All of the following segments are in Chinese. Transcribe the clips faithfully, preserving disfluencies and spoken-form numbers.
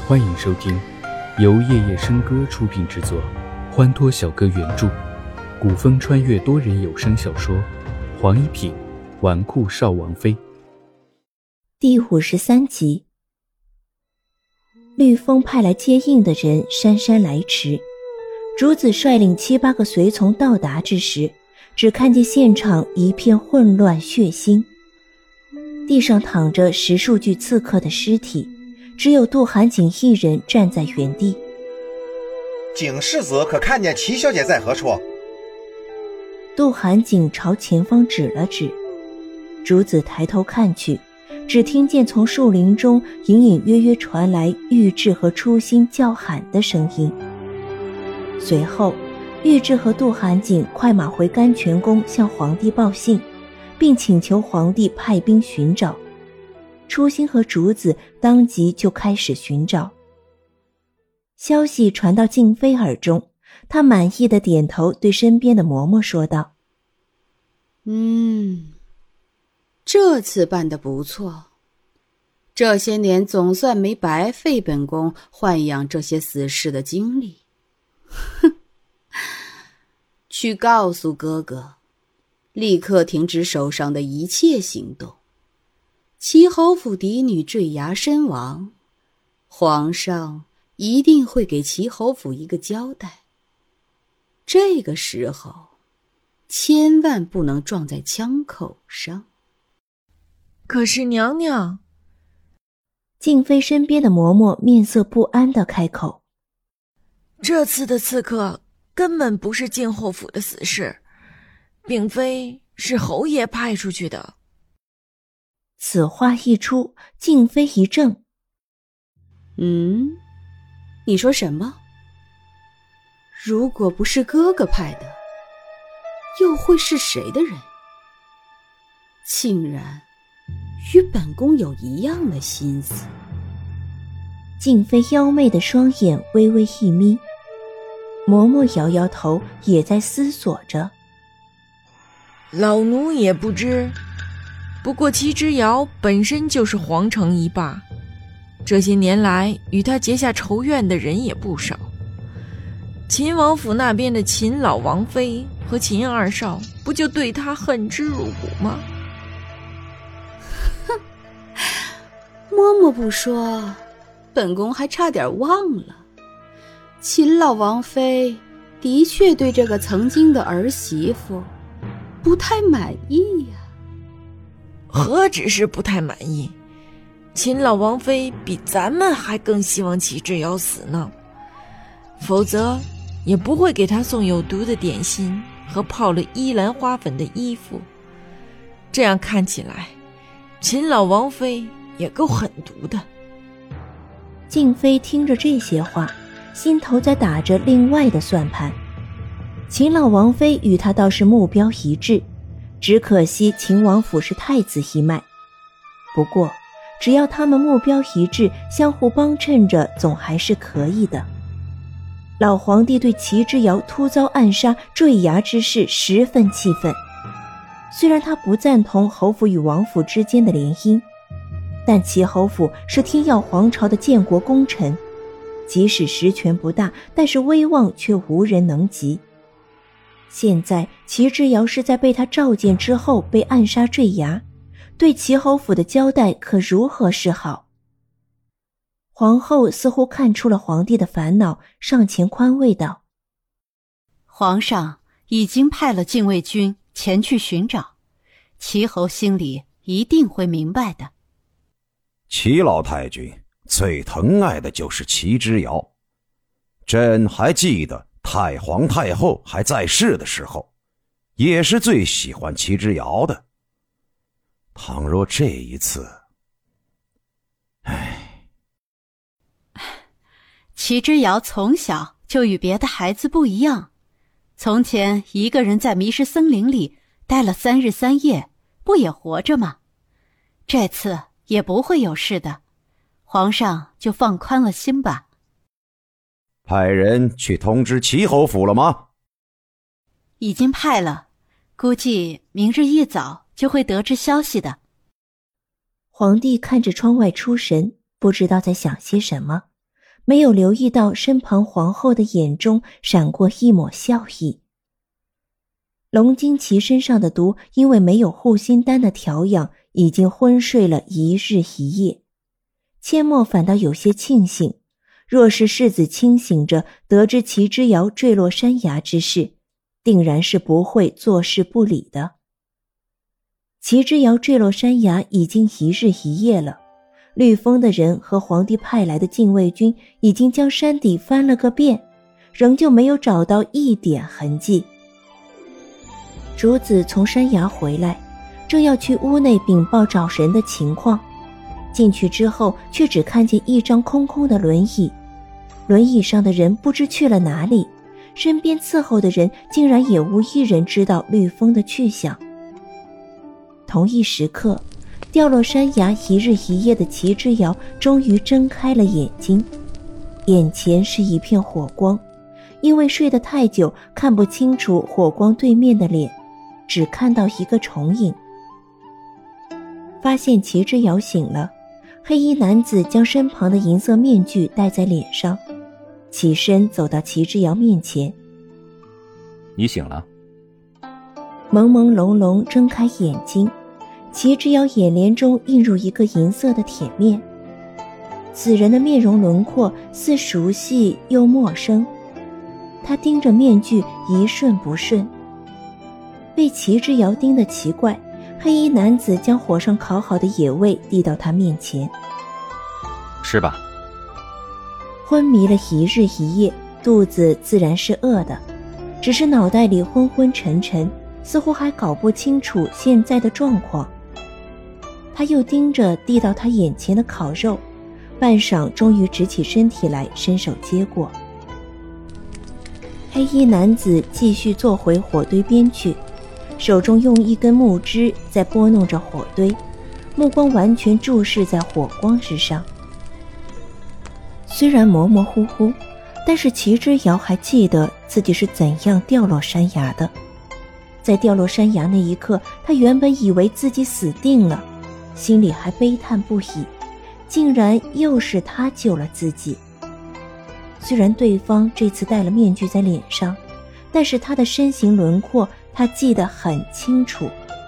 欢迎收听由夜夜笙歌出品制作，欢脱小哥原著，古风穿越多人有声小说《黄一品纨绔少王妃》 第五十三集。绿风派来接应的人姗姗来迟，主子率领七八个随从到达之时，只看见现场一片混乱血腥，地上躺着十数具刺客的尸体，只有杜寒景一人站在原地。 景世子可看见齐小姐在何处？ 杜寒景朝前方指了指，主子抬头看去，只听见从树林中隐隐约约传来玉质和初心叫喊的声音。随后玉质和杜寒景快马回甘泉宫向皇帝报信，并请求皇帝派兵寻找。初心和主子当即就开始寻找。消息传到静妃耳中，她满意的点头，对身边的嬷嬷说道： 嗯，这次办得不错，这些年总算没白费本宫豢养这些死士的精力。哼，去告诉哥哥，立刻停止手上的一切行动。齐侯府嫡女坠崖身亡，皇上一定会给齐侯府一个交代。这个时候千万不能撞在枪口上。 可是娘娘， 静妃身边的嬷嬷面色不安地开口： 这次的刺客根本不是静侯府的死士，并非是侯爷派出去的。 此话一出，静妃一怔。 嗯，你说什么？如果不是哥哥派的，又会是谁的人？竟然与本宫有一样的心思。 静妃妖媚的双眼微微一眯，嬷嬷摇摇头，也在思索着。 老奴也不知，不过齐之遥本身就是皇城一霸，这些年来与他结下仇怨的人也不少。秦王府那边的秦老王妃和秦二少不就对他恨之入骨吗？ 哼，嬷嬷不说，本宫还差点忘了，秦老王妃的确对这个曾经的儿媳妇不太满意呀。 何止是不太满意，秦老王妃比咱们还更希望齐之遥死呢，否则也不会给他送有毒的点心和泡了依兰花粉的衣服。这样看起来，秦老王妃也够狠毒的。 静妃听着这些话，心头在打着另外的算盘。秦老王妃与他倒是目标一致，只可惜秦王府是太子一脉。不过只要他们目标一致，相互帮衬着，总还是可以的。老皇帝对齐之遥突遭暗杀坠崖之事十分气愤，虽然他不赞同侯府与王府之间的联姻，但齐侯府是天耀皇朝的建国功臣，即使实权不大，但是威望却无人能及。现在齐之遥是在被他召见之后被暗杀坠崖，对齐侯府的交代可如何是好？皇后似乎看出了皇帝的烦恼，上前宽慰道： 皇上已经派了禁卫军前去寻找，齐侯心里一定会明白的。 齐老太君最疼爱的就是齐之遥，朕还记得太皇太后还在世的时候，也是最喜欢齐之遥的。倘若这一次，唉， 齐之遥从小就与别的孩子不一样，从前一个人在迷失森林里待了三日三夜，不也活着吗？这次也不会有事的，皇上就放宽了心吧。 派人去通知齐侯府了吗？ 已经派了，估计明日一早就会得知消息的。 皇帝看着窗外出神，不知道在想些什么， 没有留意到身旁皇后的眼中闪过一抹笑意。龙金奇身上的毒因为没有护心丹的调养，已经昏睡了一日一夜。阡陌反倒有些庆幸，若是世子清醒着得知齐之遥坠落山崖之事，定然是不会坐视不理的。齐之遥坠落山崖已经一日一夜了，绿风的人和皇帝派来的禁卫军已经将山底翻了个遍，仍旧没有找到一点痕迹。主子从山崖回来，正要去屋内禀报找人的情况，进去之后却只看见一张空空的轮椅，轮椅上的人不知去了哪里，身边伺候的人竟然也无一人知道绿风的去向。同一时刻，掉落山崖一日一夜的齐之遥终于睁开了眼睛，眼前是一片火光，因为睡得太久，看不清楚火光对面的脸，只看到一个重影。发现齐之遥醒了，黑衣男子将身旁的银色面具戴在脸上，起身走到齐之遥面前。 你醒了？ 朦朦胧胧睁开眼睛，齐之遥眼帘中映入一个银色的铁面，此人的面容轮廓似熟悉又陌生。他盯着面具一瞬不瞬，被齐之遥盯得奇怪，黑衣男子将火上烤好的野味递到他面前。 吃吧。 昏迷了一日一夜，肚子自然是饿的，只是脑袋里昏昏沉沉，似乎还搞不清楚现在的状况。他又盯着递到他眼前的烤肉，半晌终于直起身体来，伸手接过。黑衣男子继续坐回火堆边去，手中用一根木枝在拨弄着火堆，目光完全注视在火光之上。虽然模模糊糊，但是齐之遥还记得自己是怎样掉落山崖的。在掉落山崖那一刻，他原本以为自己死定了，心里还悲叹不已，竟然又是他救了自己。虽然对方这次戴了面具在脸上，但是他的身形轮廓他记得很清楚。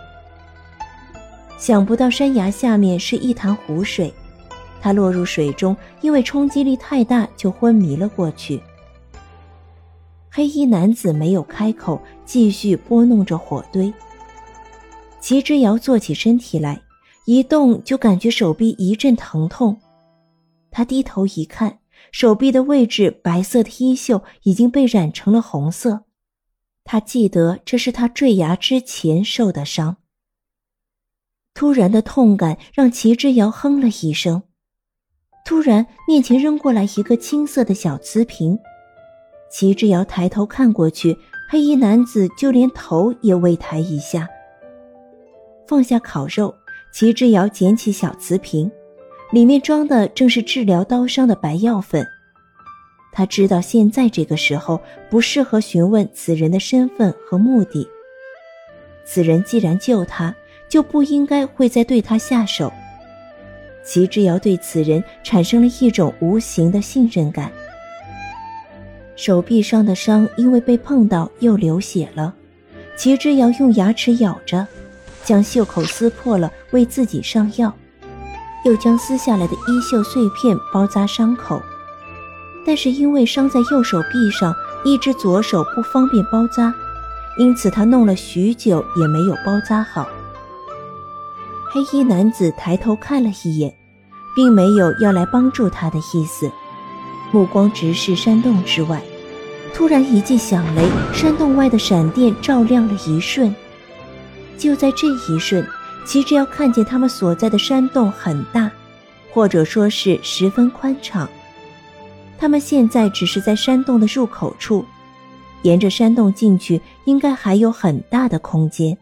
想不到山崖下面是一潭湖水，他落入水中，因为冲击力太大就昏迷了过去。黑衣男子没有开口，继续拨弄着火堆。齐之遥坐起身体来，一动就感觉手臂一阵疼痛。他低头一看，手臂的位置白色的衣袖已经被染成了红色。他记得这是他坠崖之前受的伤。突然的痛感让齐之遥哼了一声。突然面前扔过来一个青色的小瓷瓶，齐之遥抬头看过去，黑衣男子就连头也未抬一下。放下烤肉，齐之遥捡起小瓷瓶，里面装的正是治疗刀伤的白药粉。他知道现在这个时候不适合询问此人的身份和目的，此人既然救他，就不应该会再对他下手。齐之遥对此人产生了一种无形的信任感。手臂上的伤因为被碰到又流血了，齐之遥用牙齿咬着，将袖口撕破了为自己上药，又将撕下来的衣袖碎片包扎伤口。但是因为伤在右手臂上，一只左手不方便包扎，因此他弄了许久也没有包扎好。黑衣男子抬头看了一眼，并没有要来帮助他的意思，目光直视山洞之外。突然一记响雷，山洞外的闪电照亮了一瞬。就在这一瞬，齐之遥看见他们所在的山洞很大，或者说是十分宽敞。他们现在只是在山洞的入口处，沿着山洞进去应该还有很大的空间。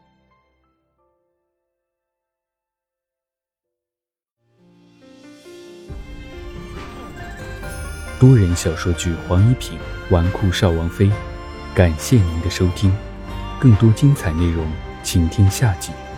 多人小说剧《黄一品纨绔少王妃》，感谢您的收听，更多精彩内容请听下集。